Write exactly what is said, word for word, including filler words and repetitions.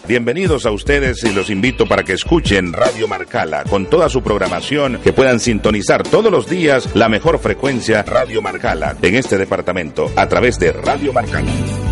Bienvenidos a ustedes y los invito para que escuchen Radio Marcala con toda su programación, que puedan sintonizar todos los días la mejor frecuencia Radio Marcala en este departamento a través de Radio Marcala.